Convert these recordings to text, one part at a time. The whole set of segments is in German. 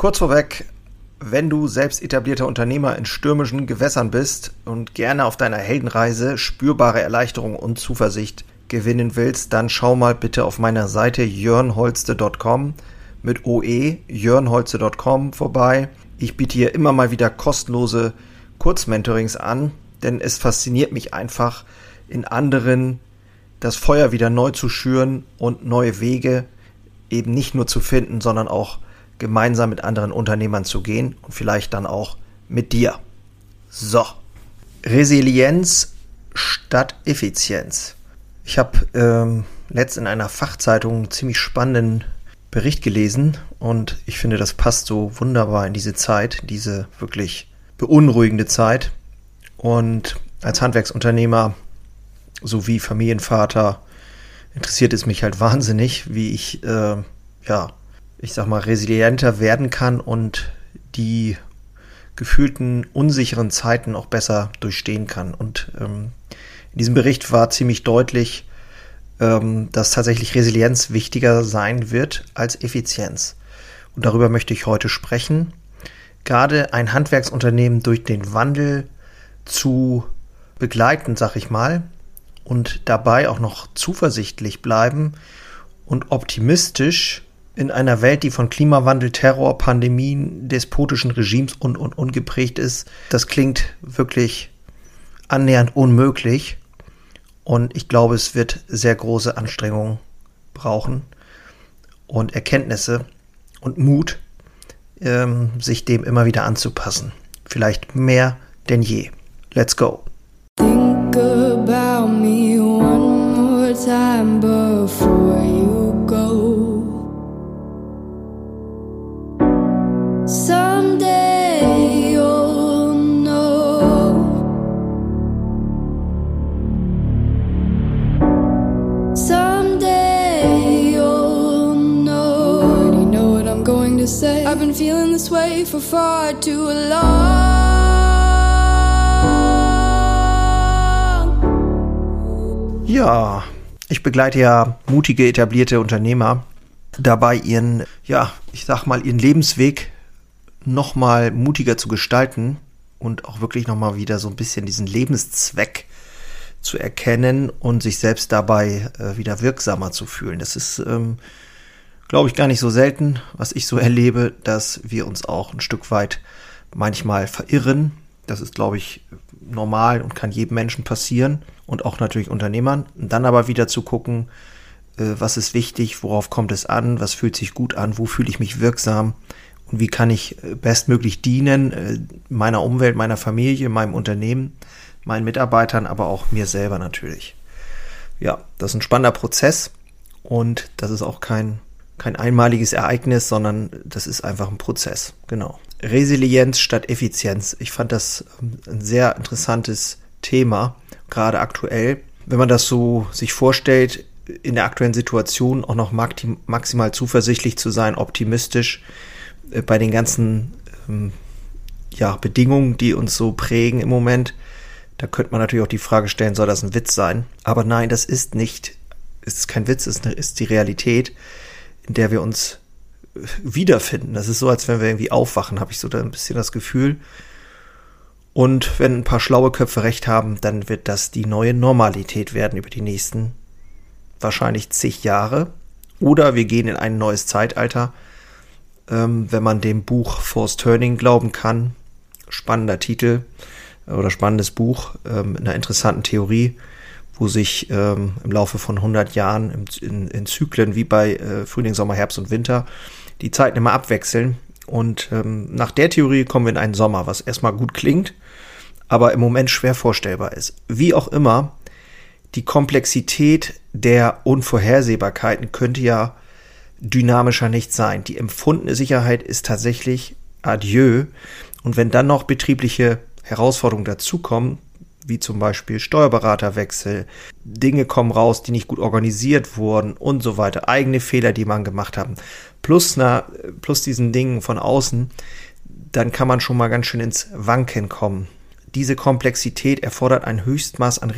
Kurz vorweg, wenn du selbst etablierter Unternehmer in stürmischen Gewässern bist und gerne auf deiner Heldenreise spürbare Erleichterung und Zuversicht gewinnen willst, dann schau mal bitte auf meiner Seite jörnholste.com mit OE, jörnholste.com vorbei. Ich biete hier immer mal wieder kostenlose Kurzmentorings an, denn es fasziniert mich einfach, in anderen das Feuer wieder neu zu schüren und neue Wege eben nicht nur zu finden, sondern auch gemeinsam mit anderen Unternehmern zu gehen und vielleicht dann auch mit dir. So, Resilienz statt Effizienz. Ich habe letzt in einer Fachzeitung einen ziemlich spannenden Bericht gelesen und ich finde, das passt so wunderbar in diese Zeit, diese wirklich beunruhigende Zeit. Und als Handwerksunternehmer sowie Familienvater interessiert es mich halt wahnsinnig, wie ich resilienter werden kann und die gefühlten unsicheren Zeiten auch besser durchstehen kann. Und in diesem Bericht war ziemlich deutlich, dass tatsächlich Resilienz wichtiger sein wird als Effizienz. Und darüber möchte ich heute sprechen. Gerade ein Handwerksunternehmen durch den Wandel zu begleiten, sag ich mal, und dabei auch noch zuversichtlich bleiben und optimistisch in einer Welt, die von Klimawandel, Terror, Pandemien, despotischen Regimes und geprägt ist. Das klingt wirklich annähernd unmöglich. Und ich glaube, es wird sehr große Anstrengungen brauchen und Erkenntnisse und Mut, sich dem immer wieder anzupassen. Vielleicht mehr denn je. Let's go. Think about me one more time before you go. Someday you'll know. Someday you'll know. Already know what I'm going to say. I've been feeling this way for far too long. Ja, ich begleite ja mutige, etablierte Unternehmer dabei, ihren Lebensweg nochmal mutiger zu gestalten und auch wirklich nochmal wieder so ein bisschen diesen Lebenszweck zu erkennen und sich selbst dabei wieder wirksamer zu fühlen. Das ist, glaube ich, gar nicht so selten, was ich so erlebe, dass wir uns auch ein Stück weit manchmal verirren. Das ist, glaube ich, normal und kann jedem Menschen passieren und auch natürlich Unternehmern. Und dann aber wieder zu gucken, was ist wichtig, worauf kommt es an, was fühlt sich gut an, wo fühle ich mich wirksam und wie kann ich bestmöglich dienen meiner Umwelt, meiner Familie, meinem Unternehmen, meinen Mitarbeitern, aber auch mir selber natürlich. Ja, das ist ein spannender Prozess und das ist auch kein einmaliges Ereignis, sondern das ist einfach ein Prozess, genau. Resilienz statt Effizienz. Ich fand das ein sehr interessantes Thema, gerade aktuell. Wenn man das so sich vorstellt, in der aktuellen Situation auch noch maximal zuversichtlich zu sein, optimistisch bei den ganzen Bedingungen, die uns so prägen im Moment, da könnte man natürlich auch die Frage stellen, soll das ein Witz sein? Aber nein, das ist kein Witz, ist die Realität, in der wir uns wiederfinden. Das ist so, als wenn wir irgendwie aufwachen, habe ich so da ein bisschen das Gefühl. Und wenn ein paar schlaue Köpfe recht haben, dann wird das die neue Normalität werden über die nächsten wahrscheinlich zig Jahre. Oder wir gehen in ein neues Zeitalter, wenn man dem Buch Forced Turning glauben kann. Spannender Titel oder spannendes Buch mit einer interessanten Theorie, wo sich im Laufe von 100 Jahren in Zyklen wie bei Frühling, Sommer, Herbst und Winter die Zeiten immer abwechseln. Und nach der Theorie kommen wir in einen Sommer, was erstmal gut klingt, aber im Moment schwer vorstellbar ist. Wie auch immer, die Komplexität der Unvorhersehbarkeiten könnte ja dynamischer nicht sein. Die empfundene Sicherheit ist tatsächlich adieu. Und wenn dann noch betriebliche Herausforderungen dazukommen, wie zum Beispiel Steuerberaterwechsel, Dinge kommen raus, die nicht gut organisiert wurden und so weiter, eigene Fehler, die man gemacht hat, plus diesen Dingen von außen, dann kann man schon mal ganz schön ins Wanken kommen. Diese Komplexität erfordert ein Höchstmaß an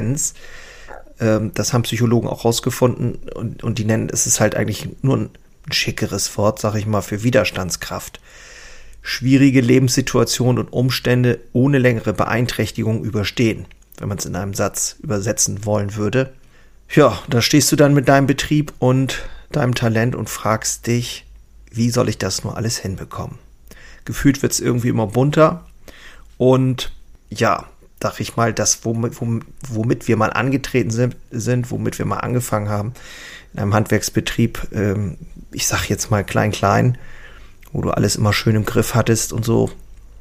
Das haben Psychologen auch rausgefunden und die nennen, es ist halt eigentlich nur ein ein schickeres Wort, sag ich mal, für Widerstandskraft. Schwierige Lebenssituationen und Umstände ohne längere Beeinträchtigung überstehen, wenn man es in einem Satz übersetzen wollen würde. Ja, da stehst du dann mit deinem Betrieb und deinem Talent und fragst dich, wie soll ich das nur alles hinbekommen? Gefühlt wird es irgendwie immer bunter und ja, sag ich mal, das, womit wir mal angetreten sind, womit wir mal angefangen haben, in einem Handwerksbetrieb, ich sag jetzt mal klein, wo du alles immer schön im Griff hattest und so,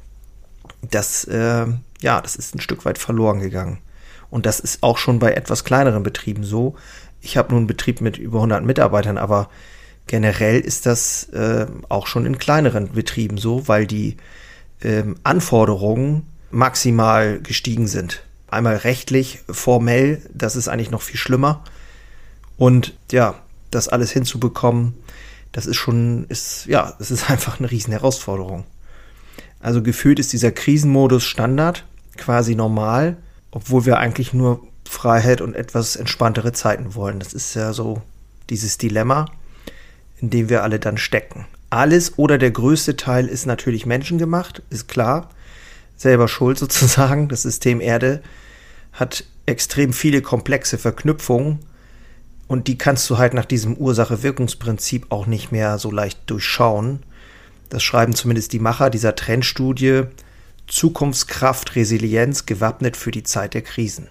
das ist ein Stück weit verloren gegangen. Und das ist auch schon bei etwas kleineren Betrieben so. Ich habe nun einen Betrieb mit über 100 Mitarbeitern, aber generell ist das auch schon in kleineren Betrieben so, weil die Anforderungen maximal gestiegen sind. Einmal rechtlich, formell, das ist eigentlich noch viel schlimmer. Und ja, das alles hinzubekommen, das ist einfach eine riesen Herausforderung. Also gefühlt ist dieser Krisenmodus Standard, quasi normal, obwohl wir eigentlich nur Freiheit und etwas entspanntere Zeiten wollen. Das ist ja so dieses Dilemma, in dem wir alle dann stecken. Alles oder der größte Teil ist natürlich menschengemacht, ist klar. Selber schuld sozusagen. Das System Erde hat extrem viele komplexe Verknüpfungen und die kannst du halt nach diesem Ursache-Wirkungsprinzip auch nicht mehr so leicht durchschauen. Das schreiben zumindest die Macher dieser Trendstudie Zukunftskraft, Resilienz, gewappnet für die Zeit der Krisen.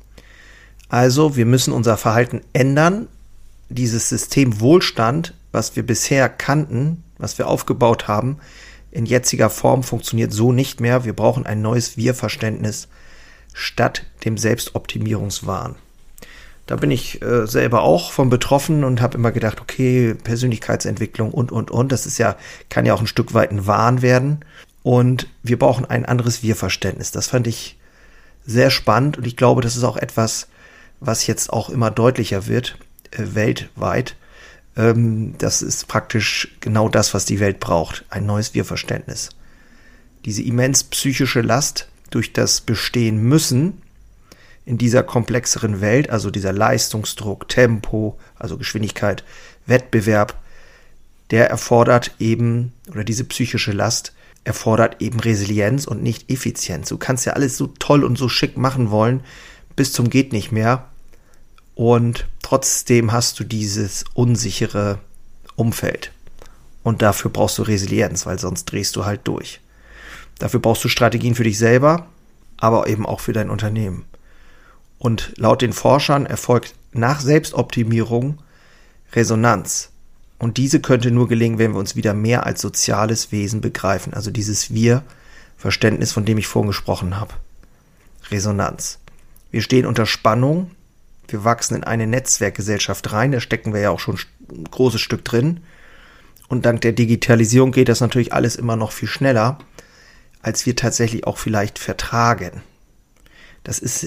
Also, wir müssen unser Verhalten ändern. Dieses System Wohlstand, was wir bisher kannten, was wir aufgebaut haben, in jetziger Form funktioniert so nicht mehr. Wir brauchen ein neues Wir-Verständnis statt dem Selbstoptimierungswahn. Da bin ich selber auch von betroffen und habe immer gedacht, okay, Persönlichkeitsentwicklung und. Das ist ja, kann ja auch ein Stück weit ein Wahn werden. Und wir brauchen ein anderes Wir-Verständnis. Das fand ich sehr spannend und ich glaube, das ist auch etwas, was jetzt auch immer deutlicher wird, weltweit. Das ist praktisch genau das, was die Welt braucht. Ein neues Wir-Verständnis. Diese immens psychische Last durch das Bestehen müssen in dieser komplexeren Welt, also dieser Leistungsdruck, Tempo, also Geschwindigkeit, Wettbewerb, der erfordert eben, oder diese psychische Last erfordert eben Resilienz und nicht Effizienz. Du kannst ja alles so toll und so schick machen wollen, bis zum geht nicht mehr. Und trotzdem hast du dieses unsichere Umfeld. Und dafür brauchst du Resilienz, weil sonst drehst du halt durch. Dafür brauchst du Strategien für dich selber, aber eben auch für dein Unternehmen. Und laut den Forschern erfolgt nach Selbstoptimierung Resonanz. Und diese könnte nur gelingen, wenn wir uns wieder mehr als soziales Wesen begreifen. Also dieses Wir-Verständnis, von dem ich vorhin gesprochen habe. Resonanz. Wir stehen unter Spannung. Wir wachsen in eine Netzwerkgesellschaft rein. Da stecken wir ja auch schon ein großes Stück drin. Und dank der Digitalisierung geht das natürlich alles immer noch viel schneller, als wir tatsächlich auch vielleicht vertragen. Das ist,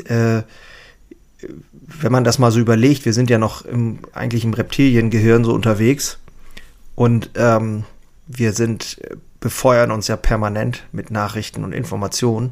wenn man das mal so überlegt, wir sind ja noch eigentlich im Reptiliengehirn so unterwegs und wir befeuern uns ja permanent mit Nachrichten und Informationen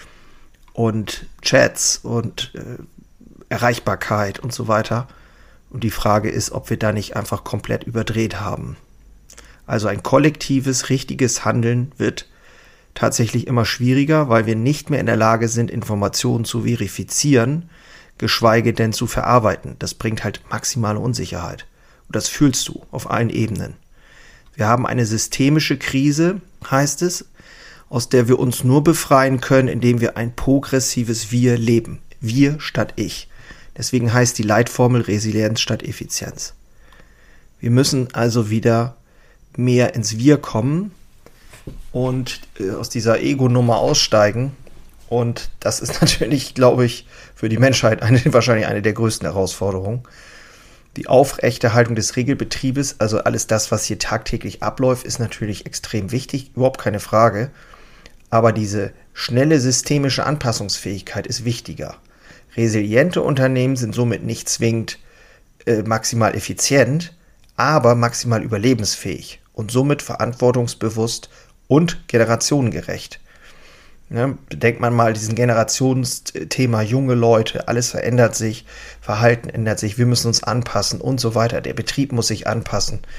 und Chats und Erreichbarkeit und so weiter. Und die Frage ist, ob wir da nicht einfach komplett überdreht haben. Also ein kollektives, richtiges Handeln wird tatsächlich immer schwieriger, weil wir nicht mehr in der Lage sind, Informationen zu verifizieren, geschweige denn zu verarbeiten. Das bringt halt maximale Unsicherheit. Und das fühlst du auf allen Ebenen. Wir haben eine systemische Krise, heißt es, aus der wir uns nur befreien können, indem wir ein progressives Wir leben. Wir statt ich. Deswegen heißt die Leitformel Resilienz statt Effizienz. Wir müssen also wieder mehr ins Wir kommen und aus dieser Ego-Nummer aussteigen. Und das ist natürlich, glaube ich, für die Menschheit wahrscheinlich eine der größten Herausforderungen. Die Aufrechterhaltung des Regelbetriebes, also alles das, was hier tagtäglich abläuft, ist natürlich extrem wichtig, überhaupt keine Frage. Aber diese schnelle systemische Anpassungsfähigkeit ist wichtiger. Resiliente Unternehmen sind somit nicht zwingend maximal effizient, aber maximal überlebensfähig und somit verantwortungsbewusst und generationengerecht. Ne, denkt man mal diesen Generationsthema, junge Leute, alles verändert sich, Verhalten ändert sich, wir müssen uns anpassen und so weiter. Der Betrieb muss sich anpassen.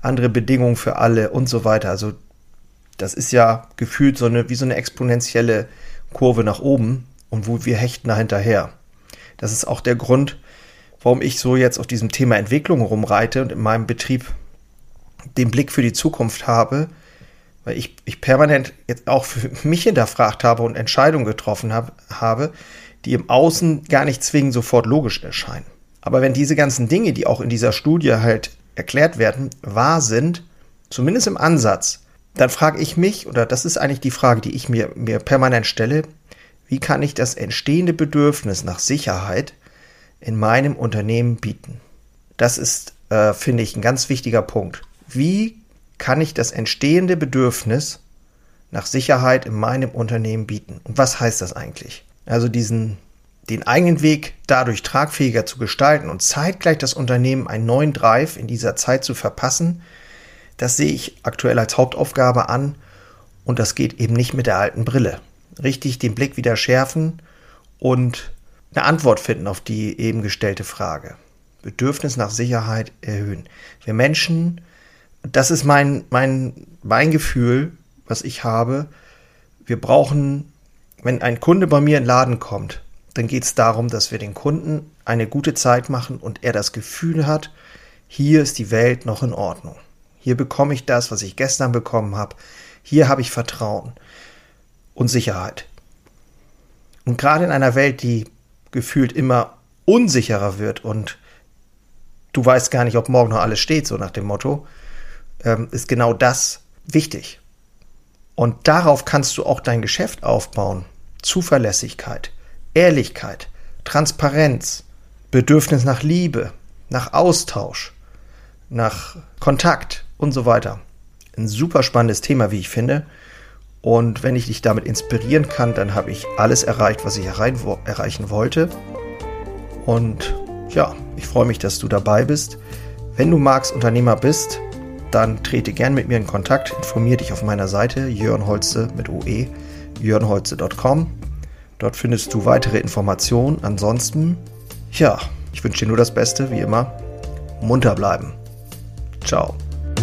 andere Bedingungen für alle und so weiter. Also das ist ja gefühlt wie so eine exponentielle Kurve nach oben und wo wir hechten da hinterher. Das ist auch der Grund, warum ich so jetzt auf diesem Thema Entwicklung rumreite und in meinem Betrieb den Blick für die Zukunft habe, weil ich permanent jetzt auch für mich hinterfragt habe und Entscheidungen getroffen habe, die im Außen gar nicht zwingend sofort logisch erscheinen. Aber wenn diese ganzen Dinge, die auch in dieser Studie halt erklärt werden, wahr sind, zumindest im Ansatz, dann frage ich mich, oder das ist eigentlich die Frage, die ich mir permanent stelle, wie kann ich das entstehende Bedürfnis nach Sicherheit in meinem Unternehmen bieten? Das ist, finde ich, ein ganz wichtiger Punkt. Wie kann ich das entstehende Bedürfnis nach Sicherheit in meinem Unternehmen bieten? Und was heißt das eigentlich? Also den eigenen Weg dadurch tragfähiger zu gestalten und zeitgleich das Unternehmen einen neuen Drive in dieser Zeit zu verpassen, das sehe ich aktuell als Hauptaufgabe an und das geht eben nicht mit der alten Brille. Richtig den Blick wieder schärfen und eine Antwort finden auf die eben gestellte Frage. Bedürfnis nach Sicherheit erhöhen. Wir Menschen, das ist mein Gefühl, was ich habe, wir brauchen, wenn ein Kunde bei mir in den Laden kommt, dann geht es darum, dass wir den Kunden eine gute Zeit machen und er das Gefühl hat, hier ist die Welt noch in Ordnung. Hier bekomme ich das, was ich gestern bekommen habe. Hier habe ich Vertrauen und Sicherheit. Und gerade in einer Welt, die gefühlt immer unsicherer wird und du weißt gar nicht, ob morgen noch alles steht, so nach dem Motto, ist genau das wichtig. Und darauf kannst du auch dein Geschäft aufbauen. Zuverlässigkeit, Ehrlichkeit, Transparenz, Bedürfnis nach Liebe, nach Austausch, nach Kontakt und so weiter. Ein super spannendes Thema, wie ich finde. Und wenn ich dich damit inspirieren kann, dann habe ich alles erreicht, was ich erreichen wollte. Und ja, ich freue mich, dass du dabei bist. Wenn du magst, Unternehmer bist, dann trete gern mit mir in Kontakt. Informiere dich auf meiner Seite Jörn Holze mit OE, jörnholze.com. Dort findest du weitere Informationen. Ansonsten, ja, ich wünsche dir nur das Beste, wie immer. Munter bleiben. Ciao.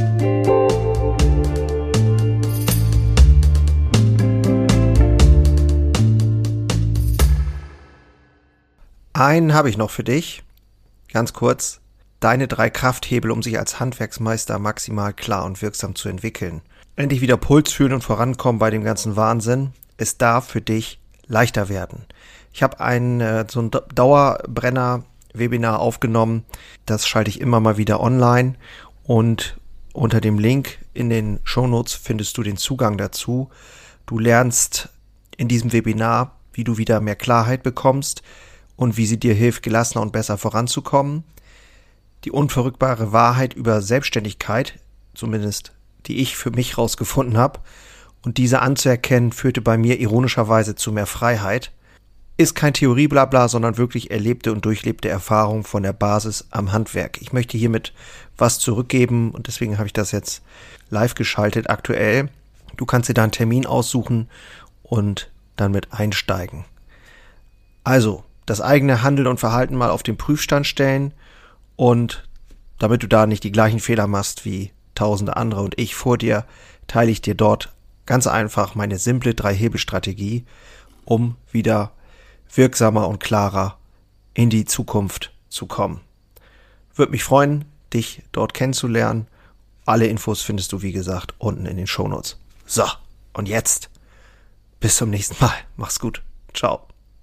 Einen habe ich noch für dich. Ganz kurz. Deine 3 Krafthebel, um sich als Handwerksmeister maximal klar und wirksam zu entwickeln. Endlich wieder Puls fühlen und vorankommen bei dem ganzen Wahnsinn. Es darf für dich leichter werden. Ich habe so ein Dauerbrenner-Webinar aufgenommen. Das schalte ich immer mal wieder online. Und unter dem Link in den Shownotes findest du den Zugang dazu. Du lernst in diesem Webinar, wie du wieder mehr Klarheit bekommst und wie sie dir hilft, gelassener und besser voranzukommen. Die unverrückbare Wahrheit über Selbstständigkeit, zumindest die ich für mich rausgefunden habe, und diese anzuerkennen, führte bei mir ironischerweise zu mehr Freiheit. Ist kein Theorieblabla, sondern wirklich erlebte und durchlebte Erfahrung von der Basis am Handwerk. Ich möchte hiermit was zurückgeben und deswegen habe ich das jetzt live geschaltet aktuell. Du kannst dir da einen Termin aussuchen und dann mit einsteigen. Also, das eigene Handeln und Verhalten mal auf den Prüfstand stellen und damit du da nicht die gleichen Fehler machst wie tausende andere und ich vor dir, teile ich dir dort ganz einfach meine simple 3-Hebel-Strategie, um wieder wirksamer und klarer in die Zukunft zu kommen. Würde mich freuen, dich dort kennenzulernen. Alle Infos findest du, wie gesagt, unten in den Shownotes. So, und jetzt bis zum nächsten Mal. Mach's gut. Ciao.